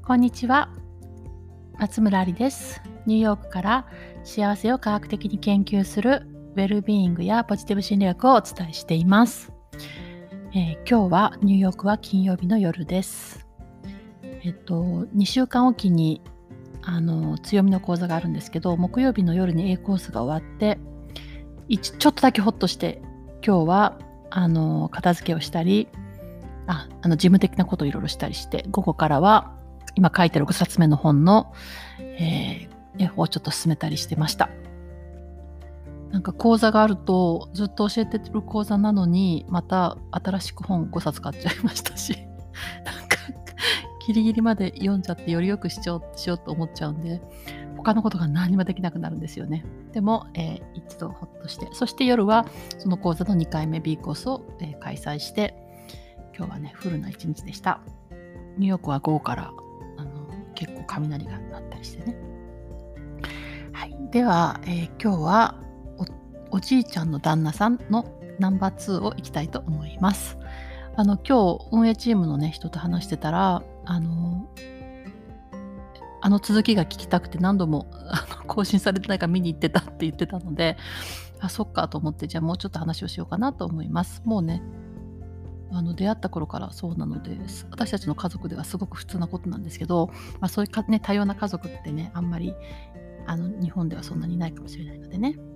こんにちは、松村ありです。ニューヨークから幸せを科学的に研究するウェルビーイングやポジティブ心理学をお伝えしています。今日はニューヨークは金曜日の夜です。2週間おきに強みの講座があるんですけど、木曜日の夜に A コースが終わってちょっとだけホッとして、今日は片付けをしたり事務的なことをいろいろしたりして、午後からは今書いてる5冊目の本の、をちょっと進めたりしてました。なんか講座があるとずっと教えてる講座なのに、また新しく本5冊買っちゃいましたしなんかギリギリまで読んじゃってよりよくしようと思っちゃうんで、他のことが何もできなくなるんですよね。でも、一度ほっとして、そして夜はその講座の2回目 B コースを、開催して、今日はねフルな一日でした。ニューヨークは午後から結構雷が鳴ったりしてね。はい、では、今日は おじいちゃんの旦那さんのナンバー2をいきたいと思います。今日運営チームのね人と話してたら、続きが聞きたくて何度も更新されてないから見に行ってたって言ってたので、そっかと思って、じゃあもうちょっと話をしようかなと思います。もうね出会った頃からそうなので、私たちの家族ではすごく普通なことなんですけど、そういう多様な家族ってね、あんまり日本ではそんなにないかもしれないのでね。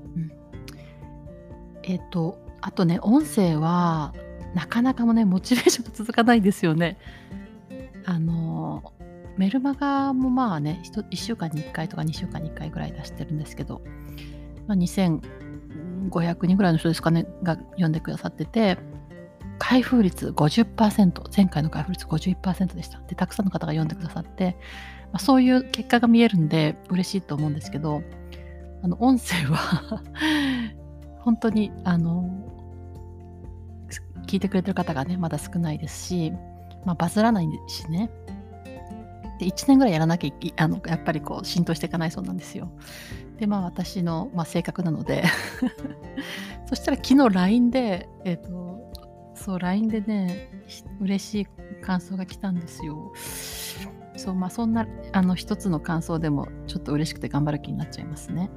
あとね、音声はなかなかもねモチベーションが続かないですよね。メルマガもまあね、1週間に1回とか2週間に1回ぐらい出してるんですけど、2500人ぐらいの人ですかねが読んでくださってて、開封率 50%、前回の開封率 51% でした。で、たくさんの方が読んでくださって、そういう結果が見えるんで嬉しいと思うんですけど、音声は本当に聞いてくれてる方がねまだ少ないですし、バズらないしね。で、1年ぐらいやらなきゃやっぱりこう浸透していかないそうなんですよ。で、私の、性格なのでそしたら昨日 LINE でLINE でね嬉しい感想が来たんですよ。そう、そんな一つの感想でもちょっと嬉しくて頑張る気になっちゃいますね。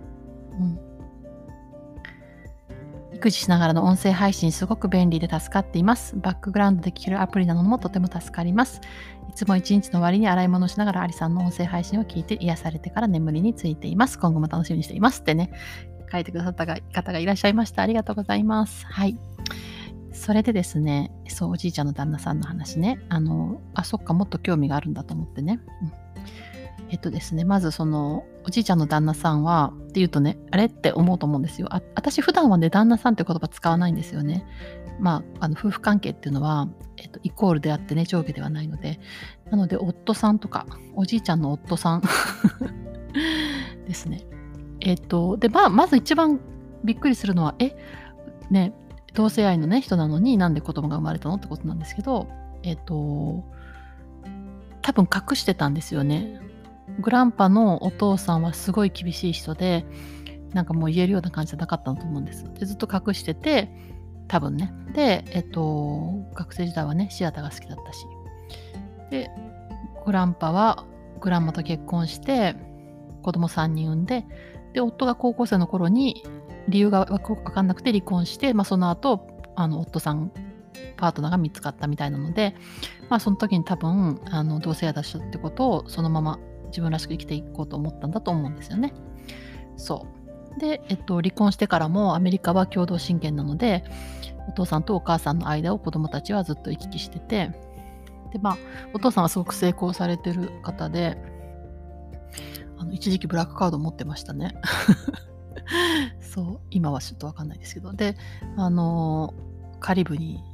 育児しながらの音声配信すごく便利で助かっています。バックグラウンドで聞けるアプリなのもとても助かります。いつも一日の終わりに洗い物しながらアリさんの音声配信を聞いて癒されてから眠りについています。今後も楽しみにしていますってね、書いてくださった方がいらっしゃいました。ありがとうございます。はい。それでですね、そう、おじいちゃんの旦那さんの話ね、そっか、もっと興味があるんだと思ってね。ですね、まずそのおじいちゃんの旦那さんはっていうとね、あれって思うと思うんですよ。私普段はね、旦那さんって言葉使わないんですよね。夫婦関係っていうのは、イコールであってね、上下ではないので、なので夫さんとかおじいちゃんの夫さんですね。で、まず一番びっくりするのは、ね、同性愛のね人なのになんで子供が生まれたのってことなんですけど、多分隠してたんですよね。グランパのお父さんはすごい厳しい人で、なんかもう言えるような感じじゃなかったと思うんです。で、ずっと隠してて、多分ね。で、学生時代はね、シアターが好きだったし。で、グランパはグランマと結婚して、子供3人産んで、で、夫が高校生の頃に理由が分かんなくて離婚して、その後、夫さん、パートナーが見つかったみたいなので、その時に多分同性愛だしってことをそのまま自分らしく生きていこうと思ったんだと思うんですよね。そうで、離婚してからもアメリカは共同親権なので、お父さんとお母さんの間を子供たちはずっと行き来してて、でお父さんはすごく成功されてる方で、一時期ブラックカード持ってましたねそう、今はちょっと分かんないですけど、でカリブに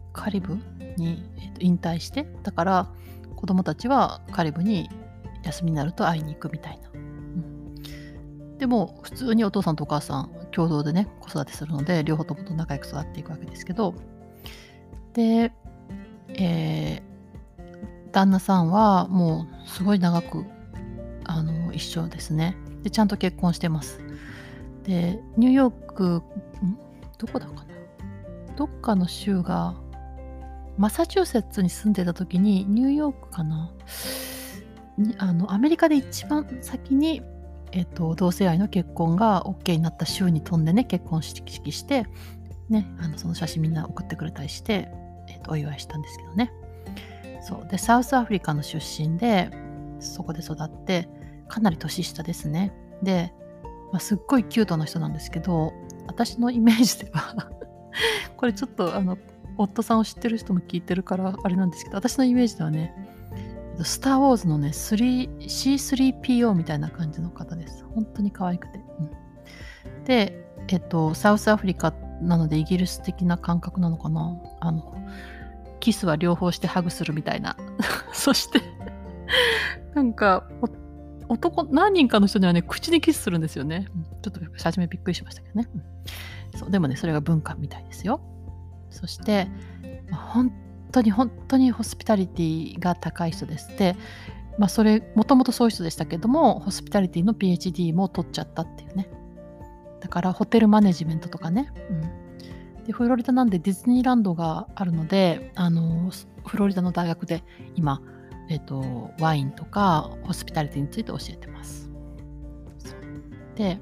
引退して、だから子供たちはカリブに休みになると会いに行くみたいな。でも普通にお父さんとお母さん共同でね子育てするので、両方ともと仲良く育っていくわけですけど、で、旦那さんはもうすごい長く一緒ですね。で、ちゃんと結婚してます。で、ニューヨークどこだかな、どっかの州がマサチューセッツに住んでた時にニューヨークかな、 アメリカで一番先に、同性愛の結婚が OK になった州に飛んでね、結婚式して、ね、その写真みんな送ってくれたりして、お祝いしたんですけどね。そうで、サウスアフリカの出身で、そこで育って、かなり年下ですね。で、すっごいキュートな人なんですけど、私のイメージではこれちょっと夫さんを知ってる人も聞いてるからあれなんですけど、私のイメージではね、スター・ウォーズのね、C3PO みたいな感じの方です。本当に可愛くて。で、サウスアフリカなのでイギリス的な感覚なのかな。キスは両方してハグするみたいな。そしてなんか男何人かの人にはね、口にキスするんですよね。ちょっと初めびっくりしましたけどね。そう、でもね、それが文化みたいですよ。そして、本当にホスピタリティが高い人です。で、それもともとそういう人でしたけども、ホスピタリティの PhD も取っちゃったっていうね。だからホテルマネジメントとかね。でフロリダなんでディズニーランドがあるので、フロリダの大学で今、ワインとかホスピタリティについて教えてます。で、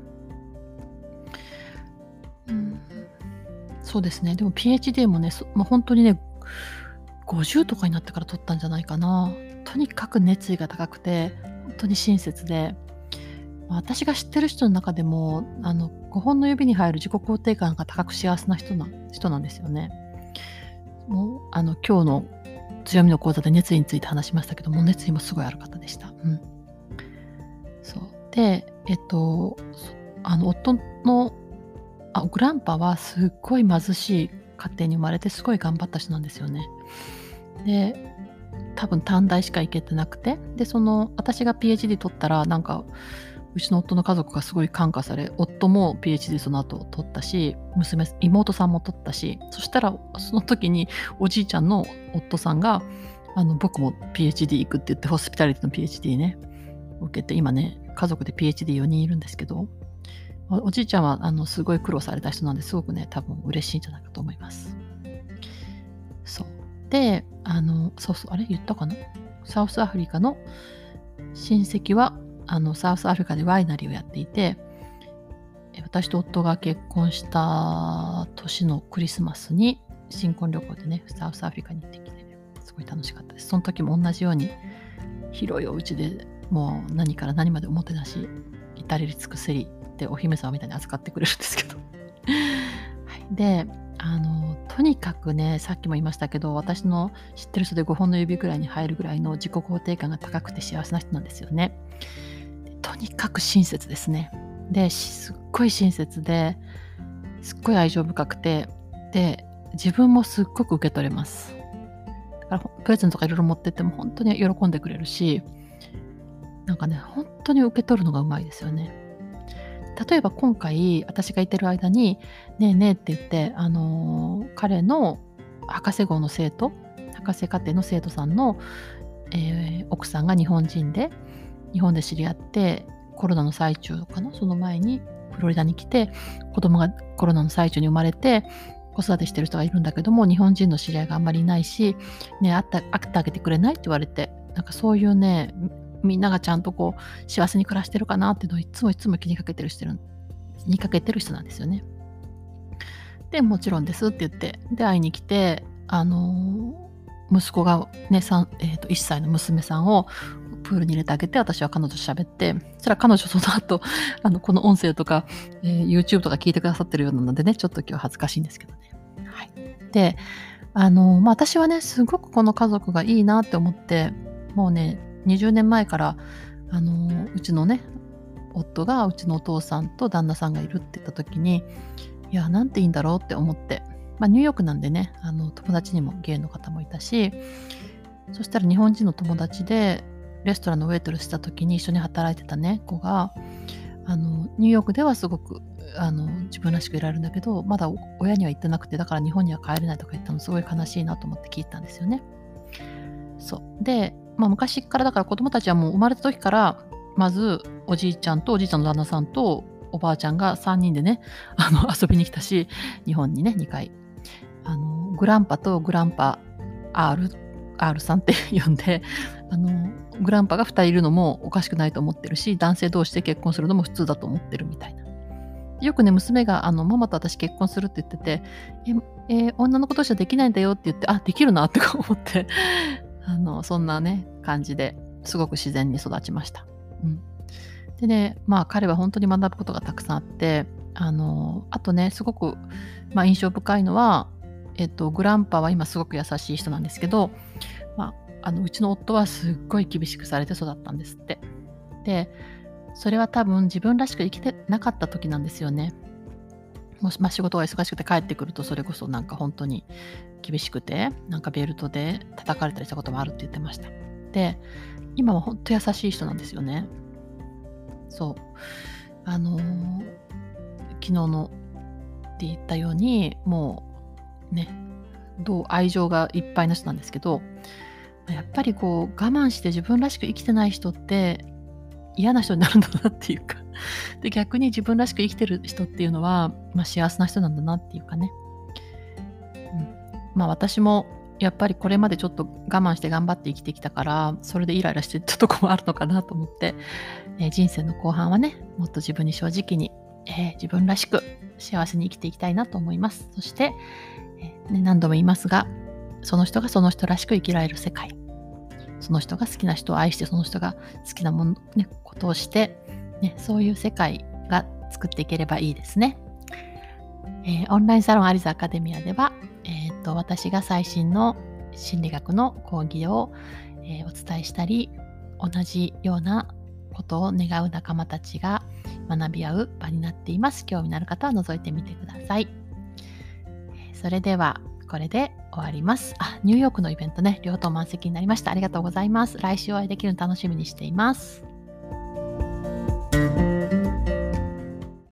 そうですね。でも PhD もね、本当にね、50とかになってから取ったんじゃないかな。とにかく熱意が高くて、本当に親切で、私が知ってる人の中でも、5本の指に入る自己肯定感が高く幸せな人なんですよね。もう今日の強みの講座で熱意について話しましたけども、熱意もすごいある方でした。そうで、夫のグランパはすっごい貧しい家庭に生まれてすごい頑張った人なんですよね。で、多分短大しか行けてなくて、で私が PhD 取ったらなんかうちの夫の家族がすごい感化され、夫も PhD その後取ったし、妹さんも取ったし、そしたらその時におじいちゃんの夫さんが僕も PhD 行くって言ってホスピタリティの PhD ね受けて、今ね家族で PhD4 人いるんですけど、おじいちゃんはすごい苦労された人なんですごくね多分嬉しいんじゃないかと思います。そうでそうあれ言ったかな。サウスアフリカの親戚はサウスアフリカでワイナリーをやっていて、私と夫が結婚した年のクリスマスに新婚旅行でねサウスアフリカに行ってきて、すごい楽しかったです。その時も同じように広いお家でもう何から何までおもてなし、至れり尽くせりでお姫様みたいに扱ってくれるんですけどはい、でとにかくね、さっきも言いましたけど、私の知ってる人で5本の指くらいに入るぐらいの自己肯定感が高くて幸せな人なんですよね。とにかく親切ですね。ですっごい親切で、すっごい愛情深くて、で自分もすっごく受け取れます。だからプレゼントとかいろいろ持ってっても本当に喜んでくれるし、なんかね本当に受け取るのがうまいですよね。例えば今回私がいてる間にねえねえって言って、彼の博士課程の生徒さんの、奥さんが日本人で日本で知り合って、コロナの最中かな、その前にフロリダに来て、子供がコロナの最中に生まれて子育てしてる人がいるんだけども、日本人の知り合いがあんまりいないし、ね、会ってあげてくれないって言われて、なんかそういうね、みんながちゃんとこう幸せに暮らしてるかなっていうのをいつも気にかけてる人なんですよね。でもちろんですって言って、で会いに来て、息子がね、1歳の娘さんをプールに入れてあげて、私は彼女と喋って、そしたら彼女その後この音声とか、YouTube とか聞いてくださってるようなのでね、ちょっと今日恥ずかしいんですけどね。はい、で私はねすごくこの家族がいいなって思って、もうね20年前からうちのね夫がうちのお父さんと旦那さんがいるって言った時に、いやなんていいんだろうって思って、ニューヨークなんでね友達にもゲイの方もいたし、そしたら日本人の友達でレストランのウェイトレスした時に一緒に働いてたね子がニューヨークではすごく自分らしくいられるんだけど、まだ親には言ってなくて、だから日本には帰れないとか言ったのすごい悲しいなと思って聞いたんですよね。そうで、昔からだから子供たちはもう生まれた時からまずおじいちゃんとおじいちゃんの旦那さんとおばあちゃんが3人でね遊びに来たし、日本にね2回グランパとグランパ R さんって呼んでグランパが2人いるのもおかしくないと思ってるし、男性同士で結婚するのも普通だと思ってるみたいな。よくね、娘がママと私結婚するって言ってて、女の子としてはできないんだよって言って、あ、できるなって思ってそんなね感じですごく自然に育ちました。でね、彼は本当に学ぶことがたくさんあって、あとねすごく、印象深いのは、グランパは今すごく優しい人なんですけど、うちの夫はすっごい厳しくされて育ったんですって。で、それは多分自分らしく生きてなかった時なんですよね。もし、仕事が忙しくて帰ってくるとそれこそなんか本当に厳しくて、なんかベルトで叩かれたりしたこともあるって言ってました。で、今は本当優しい人なんですよね。そう。昨日のって言ったように、もうね、愛情がいっぱいな人なんですけど、やっぱりこう我慢して自分らしく生きてない人って嫌な人になるんだなっていうかで、逆に自分らしく生きてる人っていうのは、幸せな人なんだなっていうかね。私もやっぱりこれまでちょっと我慢して頑張って生きてきたから、それでイライラしてたとこもあるのかなと思って、人生の後半はね、もっと自分に正直に、自分らしく幸せに生きていきたいなと思います。そして、何度も言いますが、その人がその人らしく生きられる世界、その人が好きな人を愛して、その人が好きなもの、ことをして、そういう世界が作っていければいいですね。オンラインサロンアリザアカデミアでは、私が最新の心理学の講義を、お伝えしたり、同じようなことを願う仲間たちが学び合う場になっています。興味のある方は覗いてみてください。それではこれで終わります。ニューヨークのイベントね、両党満席になりました。ありがとうございます。来週お会いできるの楽しみにしています。